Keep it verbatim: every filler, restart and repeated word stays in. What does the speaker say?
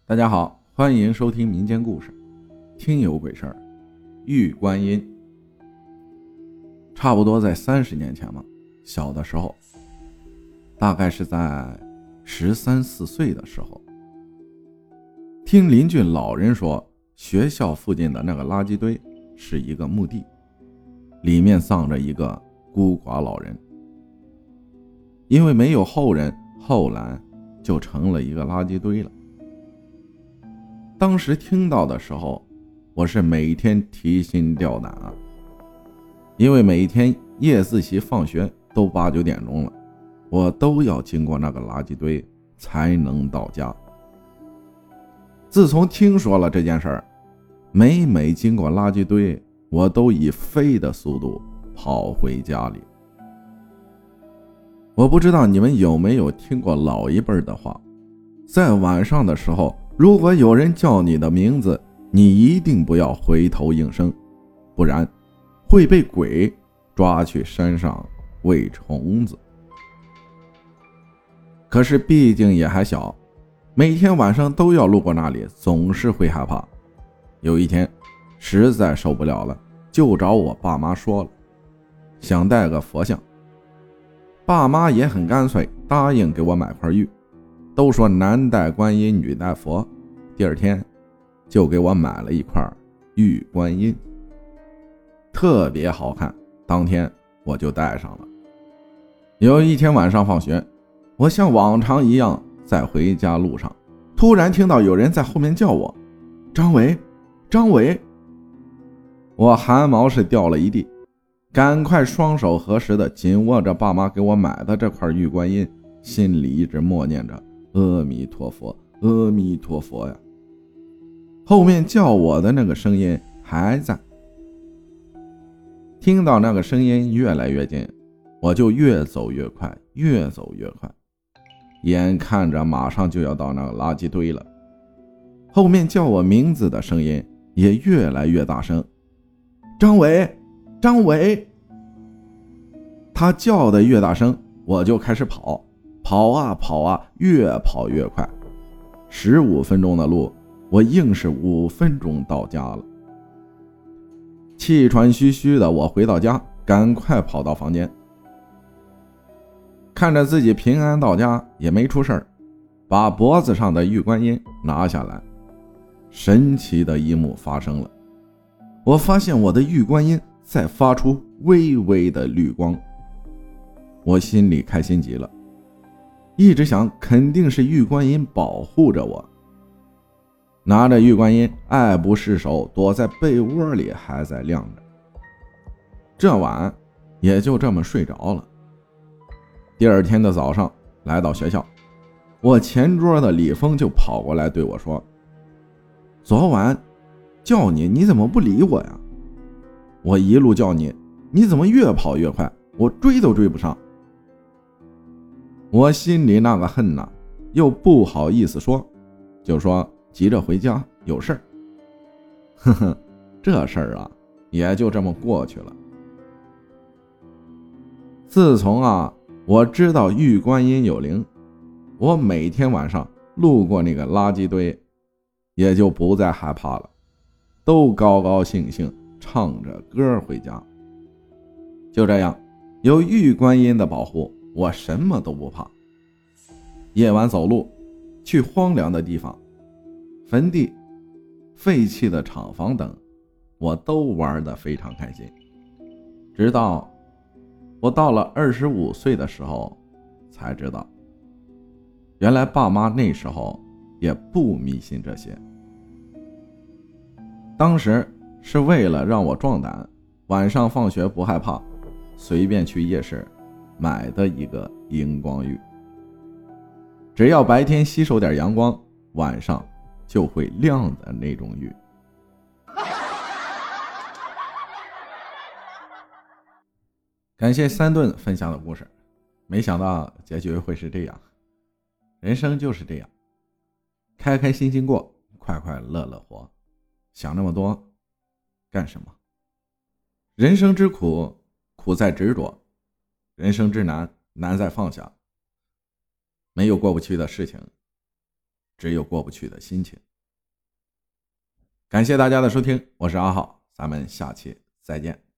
大家好，欢迎收听民间故事，听有鬼事儿。玉观音，差不多在三十年前嘛，小的时候，大概是在十三四岁的时候，听邻居老人说，学校附近的那个垃圾堆是一个墓地，里面葬着一个孤寡老人，因为没有后人，后来就成了一个垃圾堆了。当时听到的时候，我是每天提心吊胆啊，因为每天夜自习放学都八九点钟了，我都要经过那个垃圾堆才能到家。自从听说了这件事儿，每每经过垃圾堆，我都以飞的速度跑回家里。我不知道你们有没有听过老一辈的话，在晚上的时候，如果有人叫你的名字，你一定不要回头应声，不然会被鬼抓去山上喂虫子。可是毕竟也还小，每天晚上都要路过那里，总是会害怕。有一天实在受不了了，就找我爸妈说了，想带个佛像。爸妈也很干脆，答应给我买块玉，都说男戴观音女戴佛，第二天就给我买了一块玉观音，特别好看，当天我就戴上了。有一天晚上放学，我像往常一样在回家路上，突然听到有人在后面叫我，张伟，张伟。我汗毛是掉了一地，赶快双手合十的紧握着爸妈给我买的这块玉观音，心里一直默念着阿弥陀佛，阿弥陀佛呀。后面叫我的那个声音还在，听到那个声音越来越近，我就越走越快，越走越快，眼看着马上就要到那个垃圾堆了。后面叫我名字的声音也越来越大声，张伟，张伟。他叫的越大声，我就开始跑，跑啊跑啊，越跑越快。十五分钟的路，我硬是五分钟到家了。气喘吁吁的我回到家，赶快跑到房间，看着自己平安到家，也没出事儿，把脖子上的玉观音拿下来。神奇的一幕发生了，我发现我的玉观音在发出微微的绿光，我心里开心极了，一直想肯定是玉观音保护着我。拿着玉观音爱不释手，躲在被窝里还在亮着。这晚也就这么睡着了。第二天的早上来到学校，我前桌的李峰就跑过来对我说，昨晚叫你你怎么不理我呀？我一路叫你，你怎么越跑越快，我追都追不上。我心里那个恨呐，又不好意思说，就说急着回家有事儿。呵呵，这事儿啊也就这么过去了。自从啊我知道玉观音有灵，我每天晚上路过那个垃圾堆也就不再害怕了，都高高兴兴唱着歌回家。就这样，有玉观音的保护，我什么都不怕。夜晚走路去荒凉的地方，坟地、废弃的厂房等，我都玩得非常开心。直到我到了二十五岁的时候，才知道，原来爸妈那时候也不迷信这些。当时是为了让我壮胆，晚上放学不害怕，随便去夜市买的一个荧光玉。只要白天吸收点阳光，晚上就会亮的那种玉。感谢三顿分享的故事，没想到结局会是这样。人生就是这样，开开心心过，快快乐乐活，想那么多干什么？人生之苦，苦在执着；人生之难，难在放下。没有过不去的事情， 只有过不去的心情。感谢大家的收听，我是阿浩，咱们下期再见。